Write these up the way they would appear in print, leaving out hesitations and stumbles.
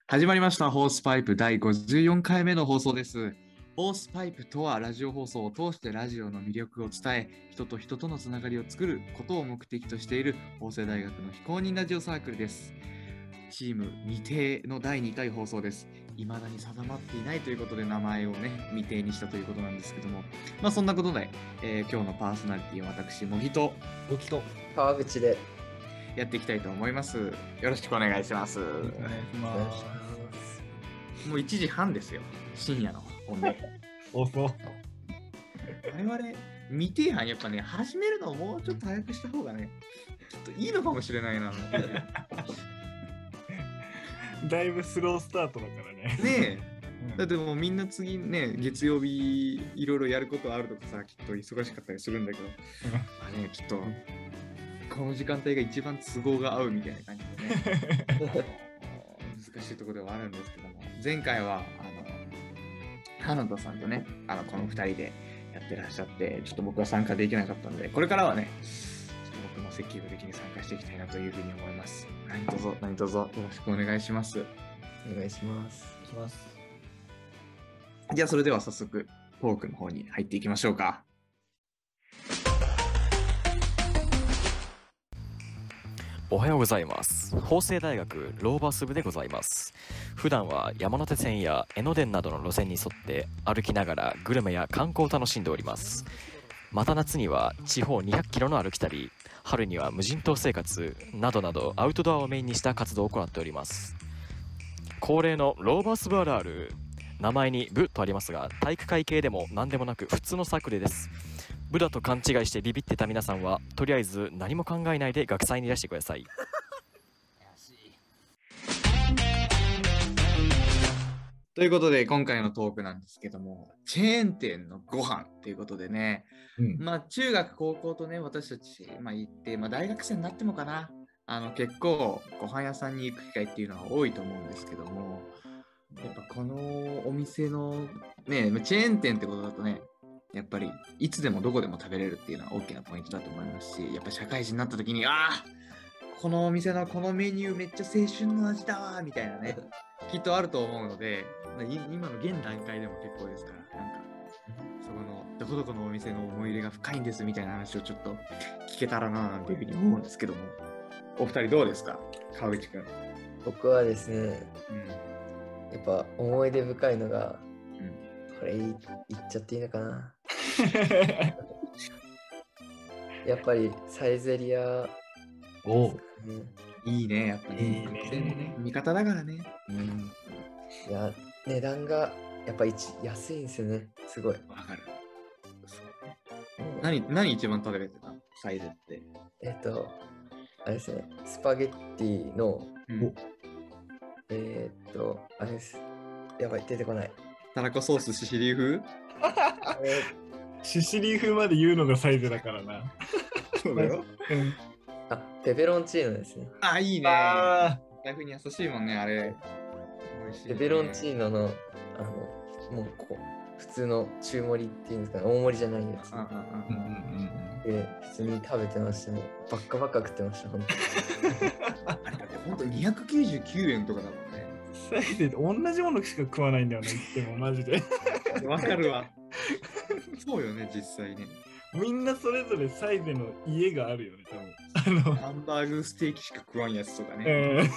始まりましたホースパイプ第54回目の放送です。ホースパイプとはラジオ放送を通してラジオの魅力を伝え、人と人とのつながりを作ることを目的としている法政大学の非公認ラジオサークルです。チーム未定の第2回放送です。未だに定まっていないということで名前をね未定にしたということなんですけども、そんなことで、今日のパーソナリティは私茂木と川口でやっていきたいと思います。よろしくお願いします。 お願いします。 もう1時半ですよ、深夜の本で。 遅っ。 我々未定班やっぱね、始めるのをもうちょっと早くした方がね、ちょっといいのかもしれないな。 だいぶスロースタートだからね。 ねえ、だってもうみんな次ね、月曜日いろいろやることあるとかさ、きっと忙しかったりするんだけど、きっとこの時間帯が一番都合が合うみたいな感じでね難しいところではあるんですけども、前回は花田さんとね、この2人でやってらっしゃって、ちょっと僕は参加できなかったので、これからはね、ちょっと僕も積極的に参加していきたいなというふうに思います。何卒よろしくお願いします。 お願いします。 じゃあそれでは早速トークの方に入っていきましょうか。 おはようございます。法政大学ローバス部でございます。普段は山手線や江ノ電などの路線に沿って歩きながらグルメや観光を楽しんでおります。また夏には地方200キロの歩き旅、春には無人島生活などなどアウトドアをメインにした活動を行っております。恒例のローバス部あるある、名前に部とありますが、体育会系でも何でもなく普通のサークルです。部だと勘違いしてビビってた皆さんは、とりあえず何も考えないで学祭にいらしてください。 ということで今回のトークなんですけども、チェーン店のご飯ということでね、中学高校とね私たち、行って、大学生になってもかな、結構ご飯屋さんに行く機会っていうのは多いと思うんですけども、やっぱこのお店のねチェーン店ってことだとね、やっぱりいつでもどこでも食べれるっていうのは大きなポイントだと思いますし、やっぱ社会人になった時にこのお店のこのメニューめっちゃ青春の味だわみたいなねきっとあると思うので、今の現段階でも結構ですから、なんかそこのどこどこのお店の思い入れが深いんですみたいな話をちょっと聞けたらななんていうふうに思うんですけども、お二人どうですか？川口くん。 僕はですね、やっぱ思い出深いのが、これ言っちゃっていいのかなやっぱりサイゼリア、 いいね、やっぱりいいね、味方だからね。 いや、値段がやっぱ安いんですよね、すごい。 わかる。何一番食べれてたサイズって？ あれですね、スパゲッティの、あれです。やばい、出てこない。 たらこソースシシリ風シシリ風まで言うのがサイズだからな。 そうだよ。 ペペロンチーノですね。 いいね。財布に優しいもんね、あれ。美味しいね。 ペペロンチーノの、もう普通の中盛りっていうんですかね、大盛りじゃないやつ。で、普通に食べてましたね。ばっか食ってました、本当に。 あれだって本当299円とかだもんね。 サイズ同じものしか食わないんだよね、言ってもマジで。 わかるわ。そうよね、実際ね。 みんなそれぞれサイズの家があるよね、 多分。ハンバーグステーキしか食わんやつとかね。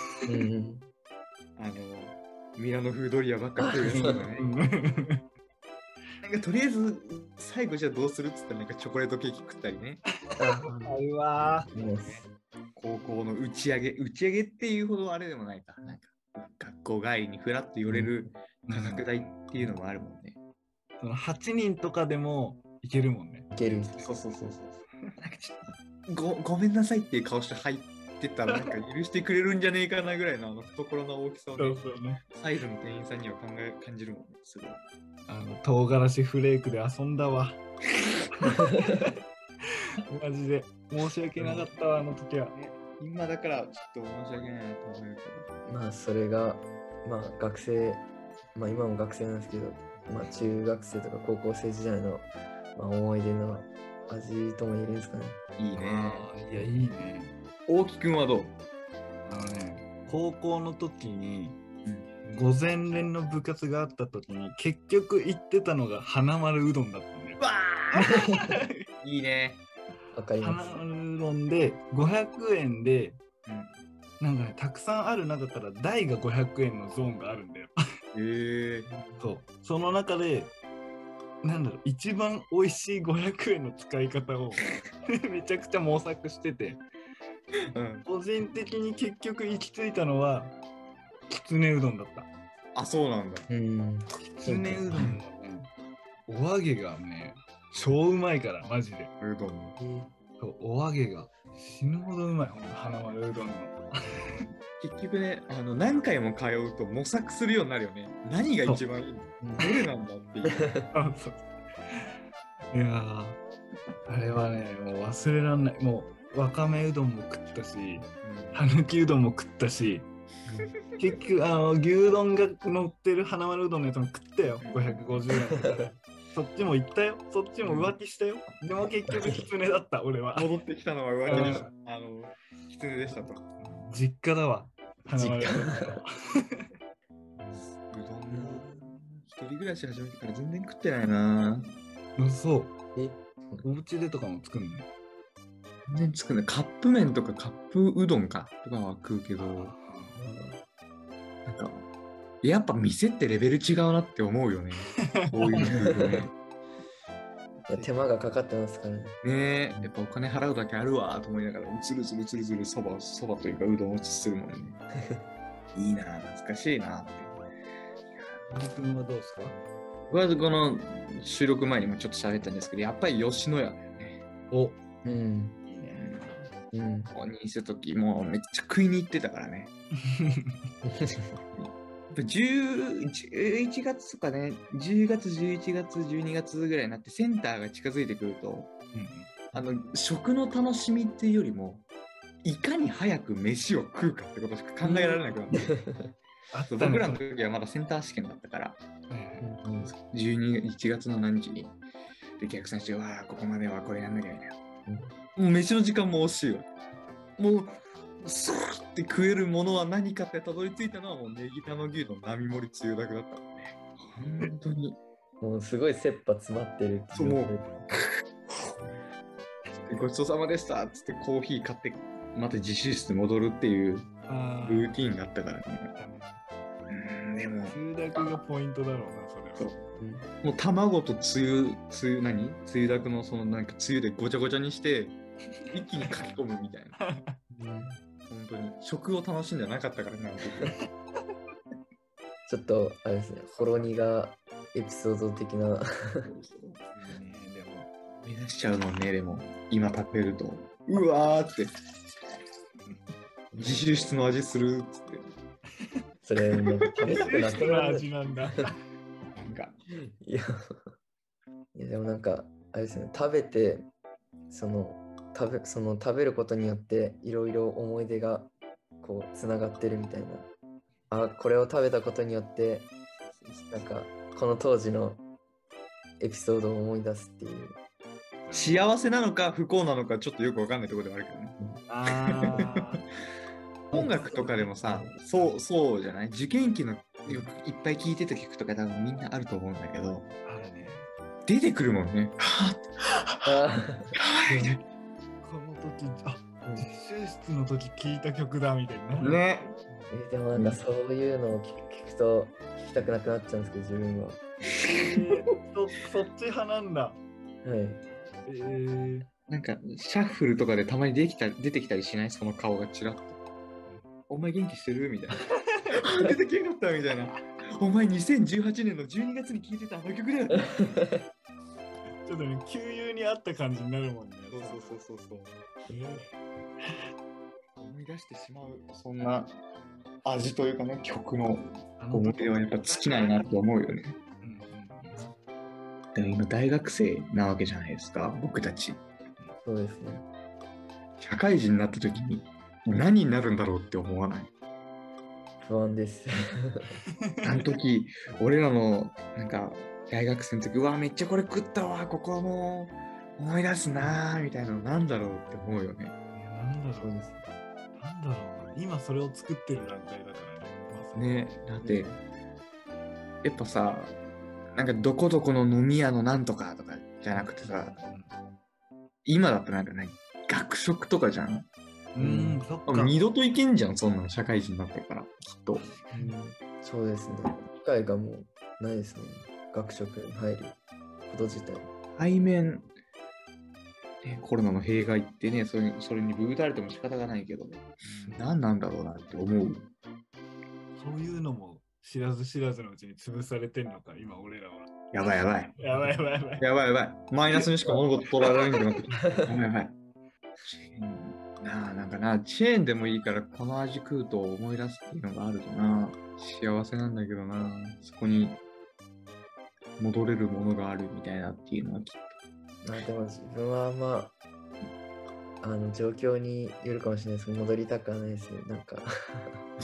ミラノ風ドリアばっか食うやつとかね。なんかとりあえず最後じゃあどうするっつったらなんかチョコレートケーキ食ったりね。 うわ高校の打ち上げっていうほどあれでもないか。なんか学校帰りにフラッと寄れる価格帯っていうのもあるもんね。 その8人とかでもいけるもんね。 いける。 そう。なんかちょっとごめんなさいっていう顔して入ってたらなんか許してくれるんじゃねえかなぐらいの懐の大きさをね、サイズの店員さんには感じるもんね。すごい。 唐辛子フレークで遊んだわ。マジで申し訳なかったわ、あの時は。 今だからちょっと申し訳ないなと思うけど。それが、学生、今も学生なんですけど、中学生とか高校生時代の、思い出の味とも言えるんですかね。 いいね。 いや、いいね。 大木くんはどう？ 高校の時に、 午前練の部活があった時に結局行ってたのが花丸うどんだったんだよ。 わーいいね。 わかりま花す。 丸うどんで500円で、 うん、 なんかね、たくさんある中から大が500円のゾーンがあるんだよ。そう。その中で、なんだろう、一番美味しい500円の使い方をめちゃくちゃ模索してて、 うん、 個人的に結局行き着いたのは、きつねうどんだった。 あ、そうなんだ。 きつねうどんのね、お揚げがね、超うまいから、マジで。 うどん。 そうお揚げが死ぬほどうまい、ほんと花丸うどんの。 結局ね、何回も通うと模索するようになるよね。何が一番いいの？どれなんだっていう。 いやー、あれはね、もう忘れらんない。もう、わかめうどんも食ったし、たぬきうどんも食ったし、結局、牛丼が乗ってる花丸うどんのやつも食ったよ、550円。そっちも行ったよ、そっちも浮気したよ。でも結局、きつねだった、俺は。 戻ってきたのは浮気でした。きつねでしたと。 実家だわ、花丸うどん。 うどん一人暮らし始めてから全然食ってないな。 そう。お家でとかも作るの？ 全然作んない。カップ麺とかカップうどんかとかは食うけど、なんか、やっぱ店ってレベル違うなって思うよね。こういう風ね。 手間がかかってますからね。 ねえ、やっぱお金払うだけあるわと思いながら、つるつるつるつるそばというかうどんをするもんね。いいな、懐かしいなって。 君はどうですか？ 僕はこの収録前にもちょっと喋ったんですけど、やっぱり吉野家だよね。 お、 うん。 いいね。ここにいた時もうめっちゃ食いに行ってたからね。11月とかね、10月、11月、12月ぐらいになってセンターが近づいてくると、食の楽しみっていうよりも、いかに早く飯を食うかってことしか考えられなくなって、僕らの時はまだセンター試験だったから、1月の何日にで逆算して、わあ、ここまではこれやんなきゃいけない。もう飯の時間も惜しいわ。もう、スーって食えるものは何かってたどり着いたのはもうネギ玉牛の並盛りつゆだくだったもんね。本当に。 もうすごい切羽詰まってる。 そう、もうごちそうさまでしたっつってコーヒー買ってまた自習室に戻るっていうルーティーンがあったからね。でもつゆだくがポイントだろうな、それは。 もう卵とつゆだくのそのなんかつゆでごちゃごちゃにして一気に書き込むみたいな。本当に食を楽しんではなかったからね。 ちょっとあれですね、ほろ苦エピソード的な。 でも目指しちゃうもんね。でも今食べるとうわーって自習室の味するっつって。 それも食べたくなくなる味なんだ。なんかいやでもなんかあれですね、食べて食べることによっていろいろ思い出がこうつながってるみたいな。これを食べたことによってなんかこの当時のエピソードを思い出すっていう。 幸せなのか不幸なのかちょっとよくわかんないところではあるけどね。音楽とかでもさ、そうじゃない？受験期のよくいっぱい聴いてた曲とか多分みんなあると思うんだけど、出てくるもんね。 この時、自習室の時聴いた曲だみたいな。 ね。 でもなんかそういうのを聞くと聞きたくなくなっちゃうんですけど、自分は。 そっち派なんだ。 はい。 なんかシャッフルとかでたまに出てきたりしない？その顔がちらっと。お前元気してるみたいな。出てきなかったみたいな。お前2018年の12月に聴いてたあの曲だよ。 ちょっとね、旧友にあった感じになるもんね。 そう。思い出してしまう、そんな味というかね、曲の思い出はやっぱ尽きないなと思うよね。でも今大学生なわけじゃないですか、僕たち。 そうですね。 社会人になった時に何になるんだろうって思わない？ 不安です。 あの時、俺らのなんか大学生の時、うわ、めっちゃこれ食ったわ、ここも思い出すなーみたいなのなんだろうって思うよね。 なんだろうな。今それを作ってる段階だからね。 ね、だって、やっぱさ、なんかどこどこの飲み屋のなんとかとかじゃなくてさ、今だとなんかね、学食とかじゃん。 そっか。 二度といけんじゃん、そんなの社会人になってから、きっと。 そうですね。機会がもうないですね。学食に入ること自体。 対面、ね、コロナの弊害ってね、それにぶうたれても仕方がないけど、何なんだろうなって思う。 そういうのも知らず知らずのうちに潰されてんのか、今俺らは。 やばいやばい。 やばいやばいやばい。 やばいやばい。マイナスにしか物事捉えられなくなってきた。やばいやばい。なんかな、チェーンでもいいからこの味食うと思い出すっていうのがあるとな、幸せなんだけどな、そこに戻れるものがあるみたいなっていうのはきっでも自分は状況によるかもしれないですけど、戻りたくはないですね。なんかと。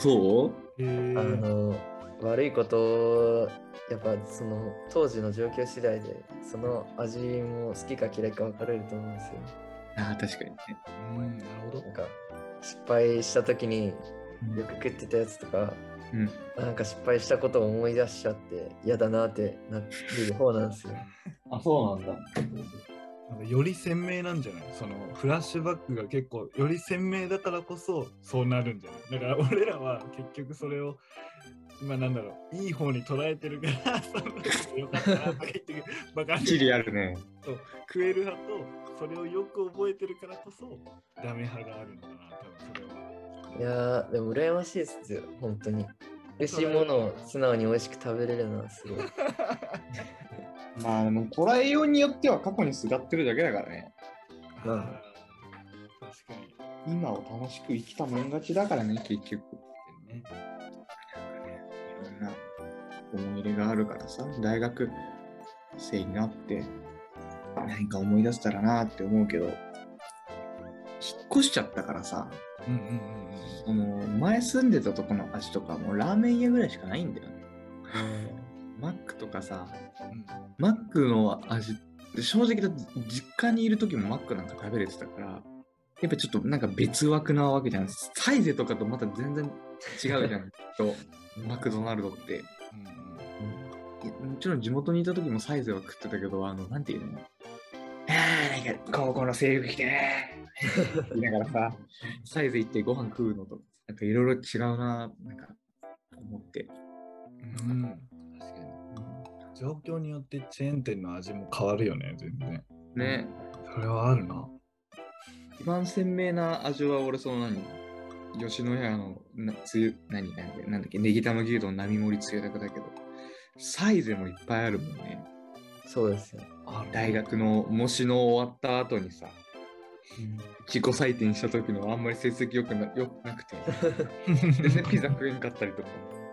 そう悪いことを、やっぱその当時の状況次第で、その味も好きか嫌いか分かれると思うんですよ。 確かにね。 なるほど。 なんか失敗した時によく食ってたやつとか、なんか失敗したことを思い出しちゃって嫌だなってなってる方なんですよ。 あ、そうなんだ。 より鮮明なんじゃない？そのフラッシュバックが結構より鮮明だからこそそうなるんじゃない？だから俺らは結局それをいい方に捉えてるからその時よかったなとか言ってバカに一理あるね。 食える派とそれをよく覚えてるからこそダメ派があるのかな、多分それは。 いやー、でも羨ましいですよ、本当に。美味しいものを素直に美味しく食べれるのはすごい。 まあでも捉えようによっては過去にすがってるだけだからね。 確かに。 今を楽しく生きたもん勝ちだからね、結局。 ね、 いろんな思い入れがあるからさ、大学生になって何か思い出せたらなって思うけど、引っ越しちゃったからさ、その前住んでたとこの味とかもうラーメン屋ぐらいしかないんだよね。マックとかさ、マックの味、正直だって実家にいる時もマックなんか食べれてたから、やっぱちょっとなんか別枠なわけじゃん。サイゼとかとまた全然違うじゃん、とマクドナルドって。もちろん地元にいた時もサイゼは食ってたけど、なんていうの、なんか高校の制服着てね言いながらさ、サイゼ行ってご飯食うのとなんかいろいろ違うな、なんか思って。 確かに。状況によってチェーン店の味も変わるよね、全然。 ね。 それはあるな。 一番鮮明な味は俺、吉野家のなんだっけ、ネギ玉牛丼並盛りつゆだくだけど、サイゼもいっぱいあるもんね。 そうですよ。 大学の模試の終わった後にさ、自己採点した時のあんまり成績よくなくて、全然ピザ食えんかったりとか。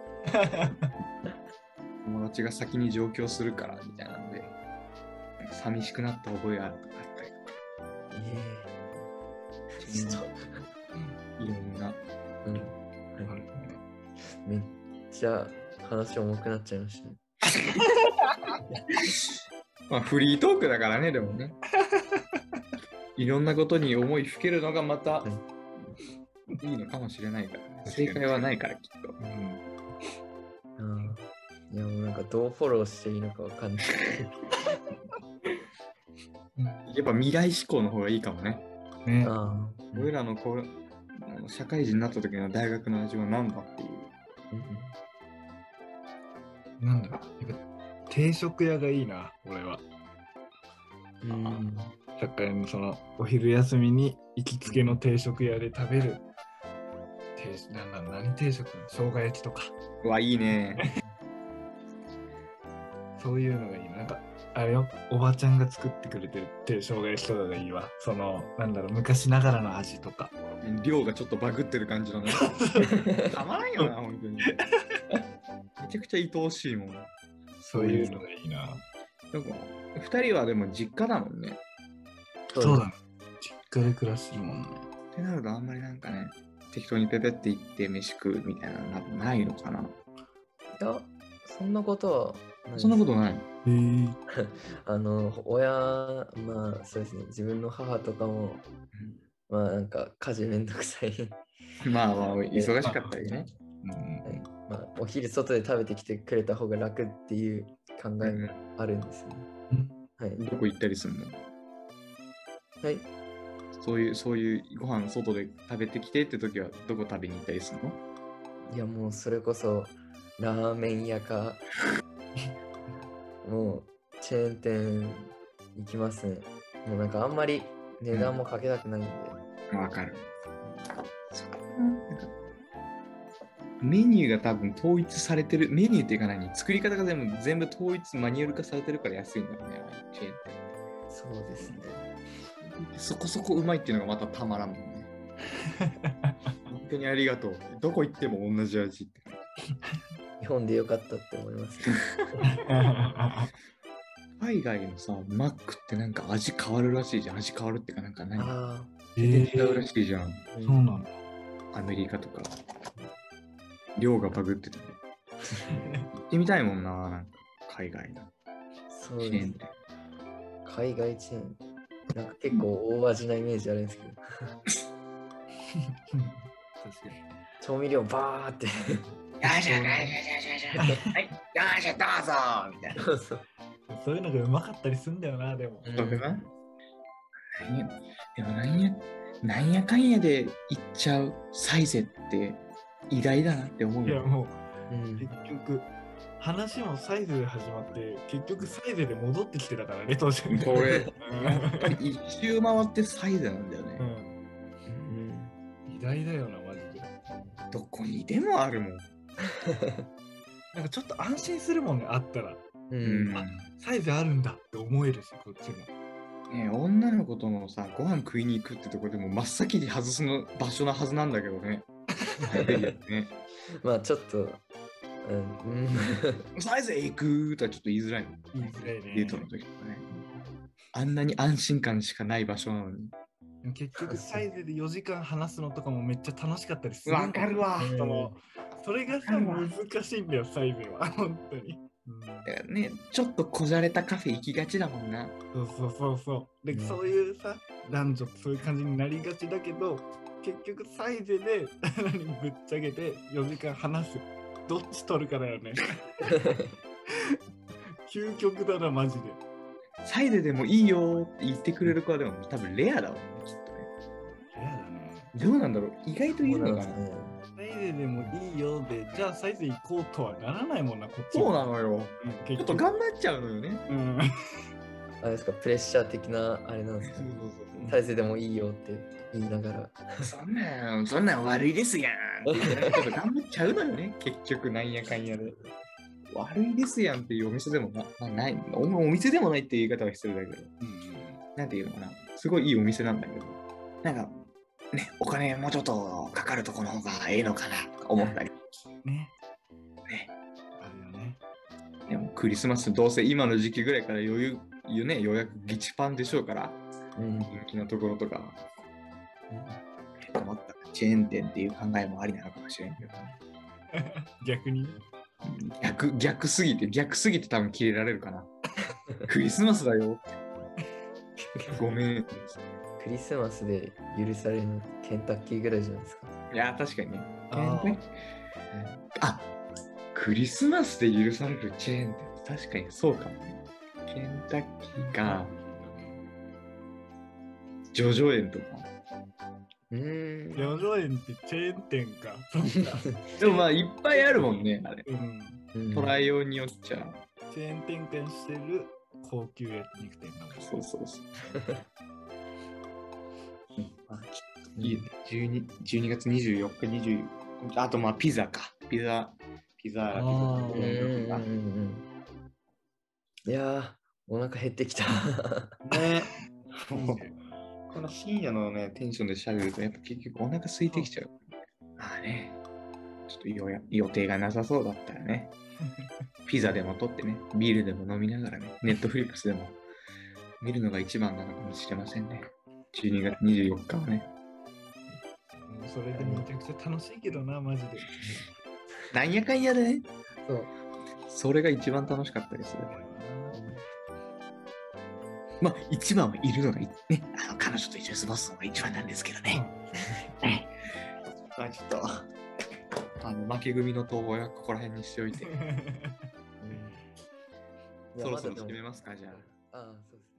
友達が先に上京するからみたいなので、寂しくなった覚えがあったりとか。いろんな。 めっちゃ話重くなっちゃいましたね。 まあフリートークだからね、でもね。いろんなことに思いふけるのがまたいいのかもしれないからね。正解はないからきっと。 いやもうなんかどうフォローしていいのかわかんない。 やっぱ未来志向の方がいいかもね。 ね。 俺らの社会人になった時の大学の味は何だっていう。 なんだろう。やっぱ定食屋がいいな、俺は。社会のそのお昼休みに行きつけの定食屋で食べる。何定食？生姜焼きとか。 うわ、いいね。 そういうのがいいな。なんか、あれよ、おばちゃんが作ってくれてるって生姜焼きとかがいいわ。昔ながらの味とか。 量がちょっとバグってる感じのね。たまらんよな、本当に。めちゃくちゃ愛おしいもん。 そういうのがいいな。 なんか、2人はでも実家だもんね。 そうだね。実家で暮らしてるもんね。 ってなるとあんまりなんかね、適当にペペって行って飯食うみたいなのないのかな。 いや、そんなことはない。 そんなことない。 そうですね、自分の母とかも、なんか家事めんどくさい。 まあ、忙しかったりね。 まあ、お昼外で食べてきてくれた方が楽っていう考えもあるんですよね。はい。 どこ行ったりするの？ はい。 そういうご飯外で食べてきてって時はどこ食べに行ったりするの？ いやもうそれこそラーメン屋かもうチェーン店行きますね。もうなんかあんまり値段もかけたくないんで。 わかる。なんかメニューが多分統一されてる、メニューっていうか作り方が全部統一マニュアル化されてるから安いんだよね、チェーン店。 そうですね。 そこそこうまいっていうのがまたたまらんもんね。本当にありがとう。どこ行っても同じ味って。 日本でよかったって思います、ね。 海外のさ、マックってなんか味変わるらしいじゃん。味変わるっていうかなんかあ全然違うらしいじゃん。 そうなんだ。 アメリカとか。量がバグってたね。行ってみたいもんな、なんか海外のそうですね。 チェーン店。 海外チェーン。なんか結構大味なイメージあるんですけど。 確かに。 調味料バーって。 よしよしよしよし。はい、よしどうぞみたいな。 そういうのがうまかったりすんだよな、でも。 そうだな。でもなんやかんやで行っちゃうサイゼって偉大だなって思う。 いやもう、 うん、 結局、話もサイズで始まって、結局サイズで戻ってきてたからね、当時。 これ、やっぱり一周回ってサイゼなんだよね。 偉大だよな、マジで。 どこにでもあるもん。 なんかちょっと安心するもんね、あったら。サイズあるんだって思えるし、こっちも。 ね、女の子とのさ、ご飯食いに行くってとこでも真っ先に外すの場所なはずなんだけどね。ねまあちょっと、 サイズへ行くとはちょっと言いづらいの。 言いづらいね。 デートの時とかね。あんなに安心感しかない場所なのに。 結局サイズで4時間話すのとかもめっちゃ楽しかったりする。 わかるわ。 それがさ、難しいんだよ、サイズは。本当に。 だからね、ちょっとこじゃれたカフェ行きがちだもんな。 そうで、そういうさ、男女そういう感じになりがちだけど、結局サイズでぶっちゃけて4時間話す。どっち取るかだよね。究極だな、マジで。 サイズでもいいよって言ってくれる子はでも多分レアだわね、きっとね。 レアだね。 どうなんだろう、意外といるのかな。 サイズでもいいよで、じゃあサイズ行こうとはならないもんな、こっち。 そうなのよ。ちょっと頑張っちゃうのよね。 あれですか、プレッシャー的なあれなんですか。サイズでもいいよって言いながら。 そんなん悪いですやんって言ってちょっと頑張っちゃうのよね、結局なんやかんやで。悪いですやんっていうお店でもない。お店でもないっていう言い方は必要だけど。なんていうのかな。すごいいいお店なんだけど。なんか、ね、お金もうちょっとかかるとこの方がええのかなとか思ったり。 ね。 あるよね。 でもクリスマスどうせ今の時期ぐらいからようやくギチパンでしょうから、人気のところとか、思ったチェーン店っていう考えもありなのかもしれんけどね。 逆に逆すぎて多分切れられるかな。クリスマスだよ。ごめん。 クリスマスで許されるのケンタッキーぐらいじゃないですか。 いや、確かにね。クリスマスで許されるチェーンって確かにそうかもね。ケンタッキーか、ジョジョ園とか。 ジョジョ園ってチェーン店か。 でもまあいっぱいあるもんね、あれ。捉えようによっちゃ。 チェーン展開してる高級焼肉店が。 そう。いいね。12月24日、24日。あとまあピザか。ピザ。 いやー、お腹減ってきた。 ね。この深夜のね、テンションでしゃべると、やっぱ結局お腹空いてきちゃう。まあね、ちょっと予定がなさそうだったらね、ピザでも取ってね、ビールでも飲みながらね、ネットフリックスでも見るのが一番なのかもしれませんね。12月24日はね。 それでめちゃくちゃ楽しいけどな、マジで。 なんやかんやでね。 そう。 それが一番楽しかったです。まあ、一番はいるのがね、彼女と一緒に過ごすのが一番なんですけどね。まあ、ちょっと、 負け組の逃亡はここら辺にしておいて。そろそろ決めますか、じゃあ。 ああ、そうですね。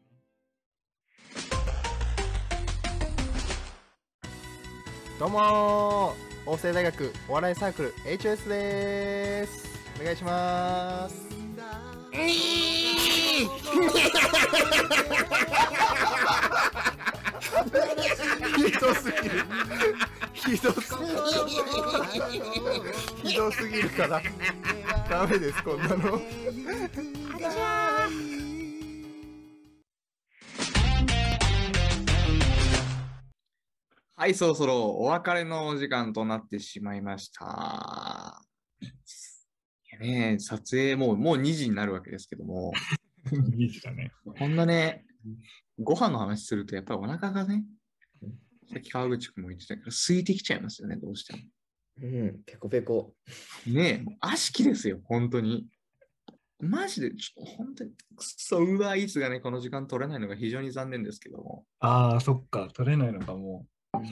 どうもー、法政大学お笑いサークル HOS でーす。お願いします。ひどすぎる。ひどすぎる。ひどすぎるからダメです、こんなの。 はい、そろそろお別れのお時間となってしまいました。ね、撮影もう2時になるわけですけども、 2時だね。 こんなね、ご飯の話するとやっぱりお腹がね、さっき川口くんも言ってたけど、空いてきちゃいますよね、どうしても。 うん、ペコペコ。 ねえ、悪しきですよ、本当に。マジで、ちょっと本当に、くそ、ウーバーイーツがね、この時間取れないのが非常に残念ですけども。 ああ、そっか、取れないのかも。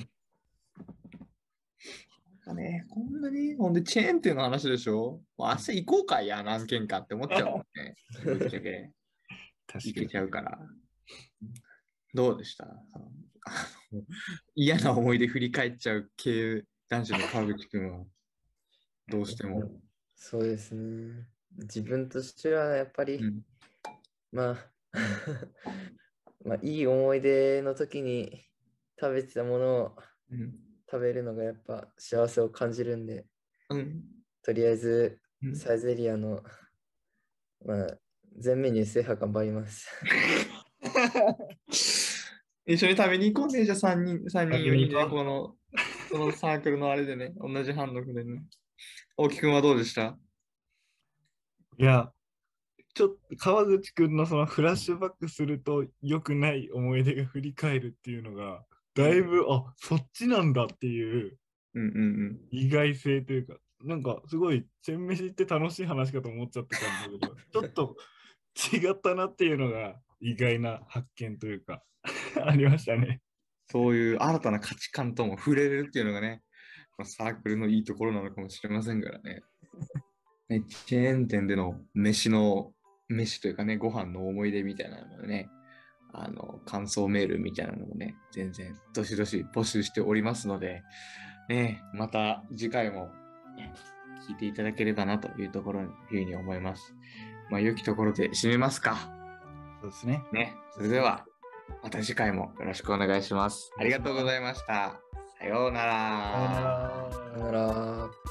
なんかね、こんなに、ほんでチェーン店の話でしょ。もう明日行こうか、いや、何軒かって思っちゃうもんね。ぶっちゃけ。行けちゃうから。どうでした嫌な思い出振り返っちゃう系男子の川口くんは、どうしても。 そうですね。自分としてはやっぱり、まあ、まあ、いい思い出の時に食べてたものを食べるのがやっぱ幸せを感じるんで、とりあえずサイゼリアの、まあ、全メニュー制覇頑張ります。 一緒に食べに行こうね、じゃあ3人、4人で、このサークルのあれでね、同じ班のでね。大木くんはどうでした？ いや、ちょっと川口くんのそのフラッシュバックすると良くない思い出が振り返るっていうのが、だいぶ、そっちなんだっていう意外性というか、なんかすごい、チェンメシって楽しい話かと思っちゃってたんだけど、ちょっと違ったなっていうのが意外な発見というか、ありましたね。 そういう新たな価値観とも触れれるっていうのがね、サークルのいいところなのかもしれませんからね。チェーン店での飯というかね、ご飯の思い出みたいなのね、感想メールみたいなのもね、全然どしどし募集しておりますので、ね、また次回も、ね、聞いていただければなというところに思います。まあ、良きところで締めますか。 そうですね。 ね、それでは、また次回もよろしくお願いします。ありがとうございました。さようなら。 さようなら。